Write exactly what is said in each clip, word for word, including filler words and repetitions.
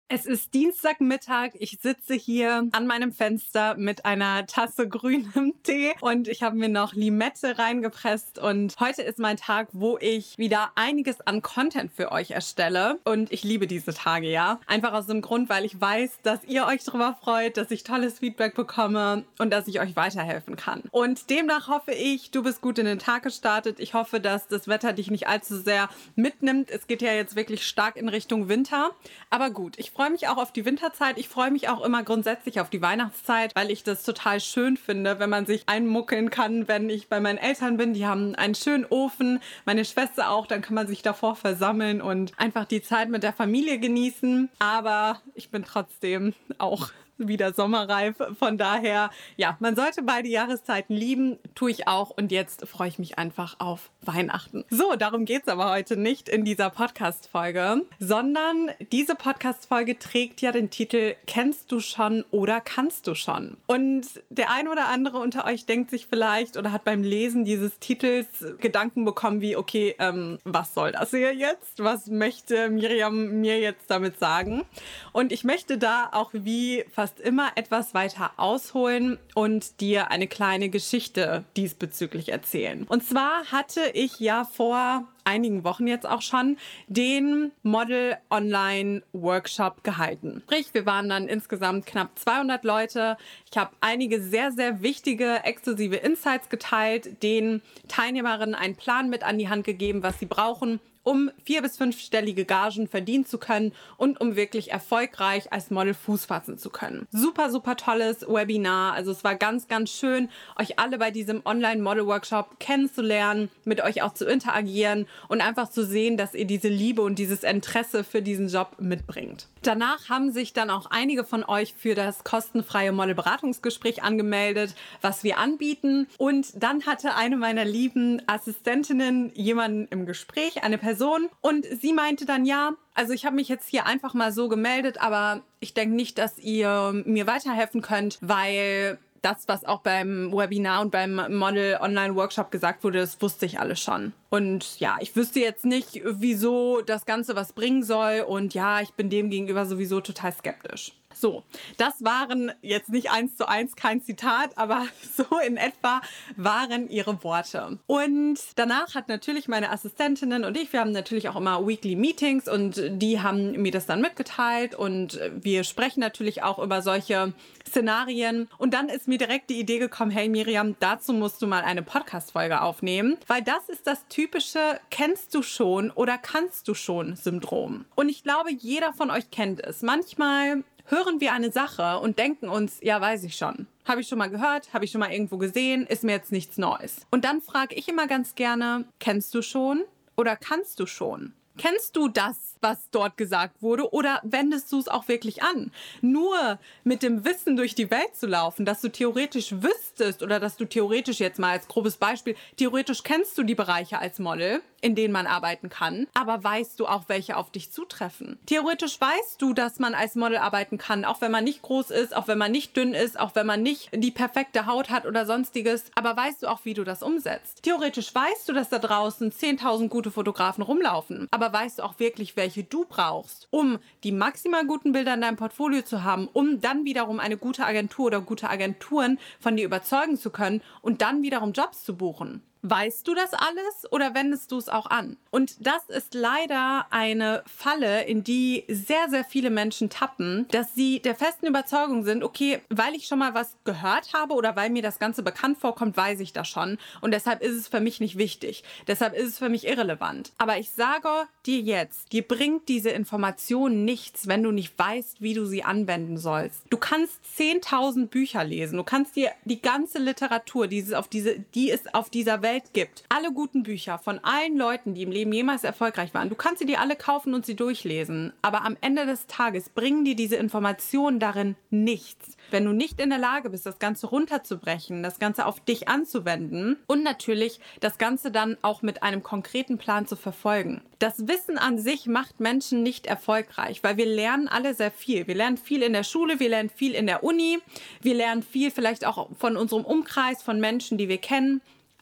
Es ist Dienstagmittag, ich sitze hier an meinem Fenster mit einer Tasse grünem Tee und ich habe mir noch Limette reingepresst und heute ist mein Tag, wo ich wieder einiges an Content für euch erstelle und ich liebe diese Tage, ja. Einfach aus dem Grund, weil ich weiß, dass ihr euch darüber freut, dass ich tolles Feedback bekomme und dass ich euch weiterhelfen kann. Und demnach hoffe ich, du bist gut in den Tag gestartet. Ich hoffe, dass das Wetter dich nicht allzu sehr mitnimmt. Es geht ja jetzt wirklich stark in Richtung Winter, aber gut, ich Ich freue mich auch auf die Winterzeit. Ich freue mich auch immer grundsätzlich auf die Weihnachtszeit, weil ich das total schön finde, wenn man sich einmuckeln kann, wenn ich bei meinen Eltern bin. Die haben einen schönen Ofen, meine Schwester auch. Dann kann man sich davor versammeln und einfach die Zeit mit der Familie genießen. Aber ich bin trotzdem auch wieder sommerreif. Von daher, ja, man sollte beide Jahreszeiten lieben. Tue ich auch. Und jetzt freue ich mich einfach auf Weihnachten. So, darum geht es aber heute nicht in dieser Podcast-Folge, sondern diese Podcast-Folge trägt ja den Titel Kennst du schon oder kannst du schon? Und der ein oder andere unter euch denkt sich vielleicht oder hat beim Lesen dieses Titels Gedanken bekommen wie, okay, ähm, was soll das hier jetzt? Was möchte Miriam mir jetzt damit sagen? Und ich möchte da auch wie fast immer etwas weiter ausholen und dir eine kleine Geschichte diesbezüglich erzählen. Und zwar hatte ich ja vor einigen Wochen jetzt auch schon den Model Online Workshop gehalten. Sprich, wir waren dann insgesamt knapp zweihundert Leute. Ich habe einige sehr, sehr wichtige, exklusive Insights geteilt, den Teilnehmerinnen einen Plan mit an die Hand gegeben, was sie brauchen, um vier- bis fünfstellige Gagen verdienen zu können und um wirklich erfolgreich als Model Fuß fassen zu können. Super, super tolles Webinar. Also es war ganz, ganz schön, euch alle bei diesem Online-Model-Workshop kennenzulernen, mit euch auch zu interagieren und einfach zu sehen, dass ihr diese Liebe und dieses Interesse für diesen Job mitbringt. Danach haben sich dann auch einige von euch für das kostenfreie Model-Beratungsgespräch angemeldet, was wir anbieten. Und dann hatte eine meiner lieben Assistentinnen jemanden im Gespräch, eine Person. Und sie meinte dann, ja, also ich habe mich jetzt hier einfach mal so gemeldet, aber ich denke nicht, dass ihr mir weiterhelfen könnt, weil das, was auch beim Webinar und beim Model-Online-Workshop gesagt wurde, das wusste ich alles schon. Und ja, ich wüsste jetzt nicht, wieso das Ganze was bringen soll. Und ja, ich bin dem gegenüber sowieso total skeptisch. So, das waren jetzt nicht eins zu eins kein Zitat, aber so in etwa waren ihre Worte. Und danach hat natürlich meine Assistentinnen und ich, wir haben natürlich auch immer Weekly Meetings und die haben mir das dann mitgeteilt und wir sprechen natürlich auch über solche Szenarien. Und dann ist mir direkt die Idee gekommen, hey Miriam, dazu musst du mal eine Podcast-Folge aufnehmen, weil das ist das typische Kennst du schon oder kannst du schon Syndrom. Und ich glaube, jeder von euch kennt es. Manchmal hören wir eine Sache und denken uns, ja, weiß ich schon. Habe ich schon mal gehört, habe ich schon mal irgendwo gesehen, ist mir jetzt nichts Neues. Und dann frage ich immer ganz gerne, kennst du schon oder kannst du schon? Kennst du das, was dort gesagt wurde, oder wendest du es auch wirklich an? Nur mit dem Wissen durch die Welt zu laufen, dass du theoretisch wüsstest oder dass du theoretisch jetzt mal als grobes Beispiel, theoretisch kennst du die Bereiche als Model, in denen man arbeiten kann, aber weißt du auch, welche auf dich zutreffen? Theoretisch weißt du, dass man als Model arbeiten kann, auch wenn man nicht groß ist, auch wenn man nicht dünn ist, auch wenn man nicht die perfekte Haut hat oder sonstiges, aber weißt du auch, wie du das umsetzt? Theoretisch weißt du, dass da draußen zehntausend gute Fotografen rumlaufen, aber weißt du auch wirklich, welche du brauchst, um die maximal guten Bilder in deinem Portfolio zu haben, um dann wiederum eine gute Agentur oder gute Agenturen von dir überzeugen zu können und dann wiederum Jobs zu buchen? Weißt du das alles oder wendest du es auch an? Und das ist leider eine Falle, in die sehr, sehr viele Menschen tappen, dass sie der festen Überzeugung sind, okay, weil ich schon mal was gehört habe oder weil mir das Ganze bekannt vorkommt, weiß ich das schon und deshalb ist es für mich nicht wichtig. Deshalb ist es für mich irrelevant. Aber ich sage dir jetzt, dir bringt diese Information nichts, wenn du nicht weißt, wie du sie anwenden sollst. Du kannst zehntausend Bücher lesen, du kannst dir die ganze Literatur, die es auf diese, die es auf dieser Welt gibt, alle guten Bücher von allen Leuten, die im Leben jemals erfolgreich waren, du kannst sie dir alle kaufen und sie durchlesen, aber am Ende des Tages bringen dir diese Informationen darin nichts. Wenn du nicht in der Lage bist, das Ganze runterzubrechen, das Ganze auf dich anzuwenden und natürlich das Ganze dann auch mit einem konkreten Plan zu verfolgen. Das Wissen an sich macht Menschen nicht erfolgreich, weil wir lernen alle sehr viel. Wir lernen viel in der Schule, wir lernen viel in der Uni, wir lernen viel vielleicht auch von unserem Umkreis, von Menschen, die wir kennen.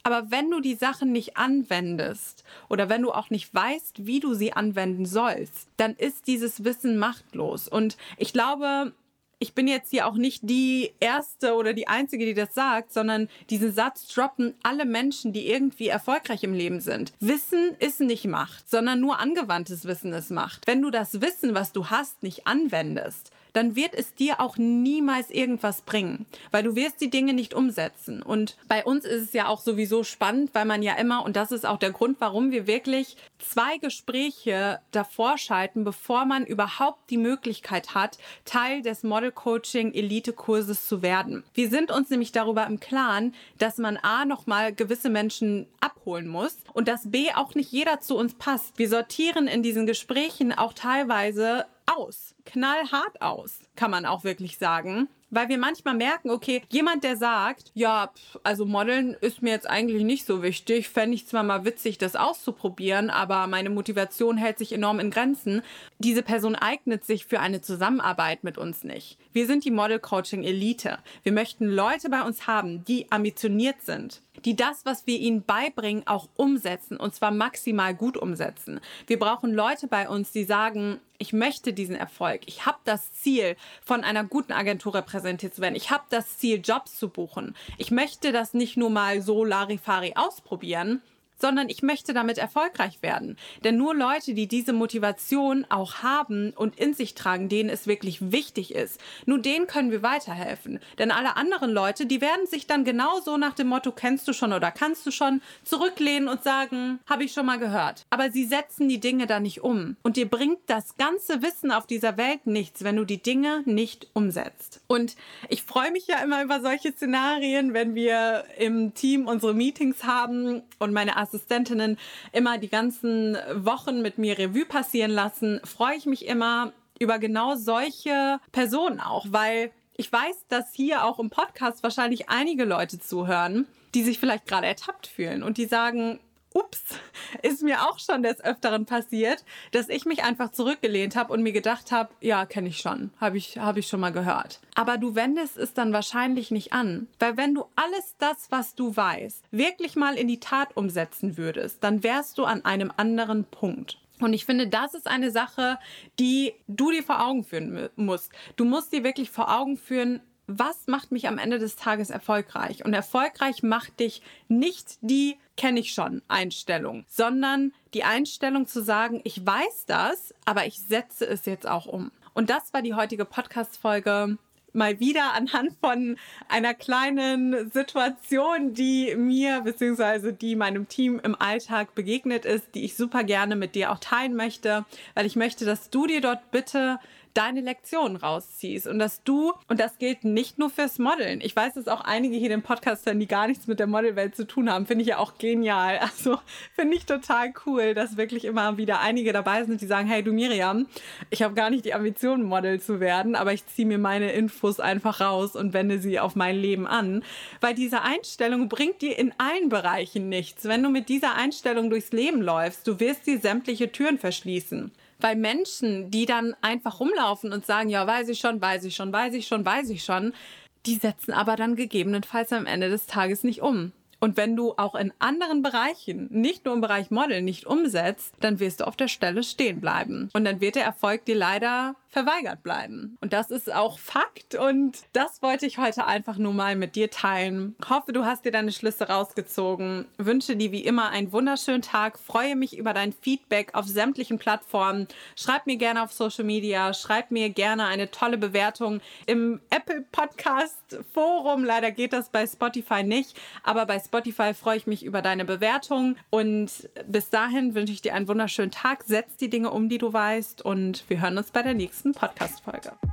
Aber wenn du die Sachen nicht anwendest oder wenn du auch nicht weißt, wie du sie anwenden sollst, dann ist dieses Wissen machtlos. Und ich glaube, ich bin jetzt hier auch nicht die Erste oder die Einzige, die das sagt, sondern diesen Satz droppen alle Menschen, die irgendwie erfolgreich im Leben sind. Wissen ist nicht Macht, sondern nur angewandtes Wissen ist Macht. Wenn du das Wissen, was du hast, nicht anwendest, dann wird es dir auch niemals irgendwas bringen, weil du wirst die Dinge nicht umsetzen. Und bei uns ist es ja auch sowieso spannend, weil man ja immer, und das ist auch der Grund, warum wir wirklich zwei Gespräche davor schalten, bevor man überhaupt die Möglichkeit hat, Teil des Model Coaching Elite Kurses zu werden. Wir sind uns nämlich darüber im Klaren, dass man A, nochmal gewisse Menschen abholen muss und dass B, auch nicht jeder zu uns passt. Wir sortieren in diesen Gesprächen auch teilweise aus, knallhart aus, kann man auch wirklich sagen. Weil wir manchmal merken, okay, jemand, der sagt, ja, also Modeln ist mir jetzt eigentlich nicht so wichtig, fände ich zwar mal witzig, das auszuprobieren, aber meine Motivation hält sich enorm in Grenzen. Diese Person eignet sich für eine Zusammenarbeit mit uns nicht. Wir sind die Model Coaching Elite. Wir möchten Leute bei uns haben, die ambitioniert sind, die das, was wir ihnen beibringen, auch umsetzen und zwar maximal gut umsetzen. Wir brauchen Leute bei uns, die sagen, ich möchte diesen Erfolg. Ich habe das Ziel, von einer guten Agentur repräsentiert zu werden. Ich habe das Ziel, Jobs zu buchen. Ich möchte das nicht nur mal so Larifari ausprobieren, sondern ich möchte damit erfolgreich werden. Denn nur Leute, die diese Motivation auch haben und in sich tragen, denen es wirklich wichtig ist, nur denen können wir weiterhelfen. Denn alle anderen Leute, die werden sich dann genauso nach dem Motto, kennst du schon oder kannst du schon, zurücklehnen und sagen, habe ich schon mal gehört. Aber sie setzen die Dinge da nicht um. Und dir bringt das ganze Wissen auf dieser Welt nichts, wenn du die Dinge nicht umsetzt. Und ich freue mich ja immer über solche Szenarien, wenn wir im Team unsere Meetings haben und meine Assistentinnen immer die ganzen Wochen mit mir Revue passieren lassen, freue ich mich immer über genau solche Personen auch, weil ich weiß, dass hier auch im Podcast wahrscheinlich einige Leute zuhören, die sich vielleicht gerade ertappt fühlen und die sagen, ups, ist mir auch schon des Öfteren passiert, dass ich mich einfach zurückgelehnt habe und mir gedacht habe, ja, kenne ich schon, habe ich, hab ich schon mal gehört. Aber du wendest es dann wahrscheinlich nicht an, weil wenn du alles das, was du weißt, wirklich mal in die Tat umsetzen würdest, dann wärst du an einem anderen Punkt. Und ich finde, das ist eine Sache, die du dir vor Augen führen musst. Du musst dir wirklich vor Augen führen, was macht mich am Ende des Tages erfolgreich? Und erfolgreich macht dich nicht die kenne ich schon Einstellung, sondern die Einstellung zu sagen, ich weiß das, aber ich setze es jetzt auch um. Und das war die heutige Podcast-Folge. Mal wieder anhand von einer kleinen Situation, die mir bzw. die meinem Team im Alltag begegnet ist, die ich super gerne mit dir auch teilen möchte, weil ich möchte, dass du dir dort bitte deine Lektionen rausziehst und dass du, und das gilt nicht nur fürs Modeln, ich weiß, dass auch einige hier den Podcast hören, die gar nichts mit der Modelwelt zu tun haben, finde ich ja auch genial, also finde ich total cool, dass wirklich immer wieder einige dabei sind, die sagen, hey du Miriam, ich habe gar nicht die Ambition, Model zu werden, aber ich ziehe mir meine Infos einfach raus und wende sie auf mein Leben an, weil diese Einstellung bringt dir in allen Bereichen nichts. Wenn du mit dieser Einstellung durchs Leben läufst, du wirst dir sämtliche Türen verschließen. Weil Menschen, die dann einfach rumlaufen und sagen, ja, weiß ich schon, weiß ich schon, weiß ich schon, weiß ich schon, die setzen aber dann gegebenenfalls am Ende des Tages nicht um. Und wenn du auch in anderen Bereichen, nicht nur im Bereich Model, nicht umsetzt, dann wirst du auf der Stelle stehen bleiben. Und dann wird der Erfolg dir leider verweigert bleiben. Und das ist auch Fakt und das wollte ich heute einfach nur mal mit dir teilen. Hoffe, du hast dir deine Schlüsse rausgezogen. Wünsche dir wie immer einen wunderschönen Tag. Freue mich über dein Feedback auf sämtlichen Plattformen. Schreib mir gerne auf Social Media. Schreib mir gerne eine tolle Bewertung im Apple Podcast Forum. Leider geht das bei Spotify nicht, aber bei Spotify freue ich mich über deine Bewertung. Und bis dahin wünsche ich dir einen wunderschönen Tag. Setz die Dinge um, die du weißt und wir hören uns bei der nächsten Podcast-Folge.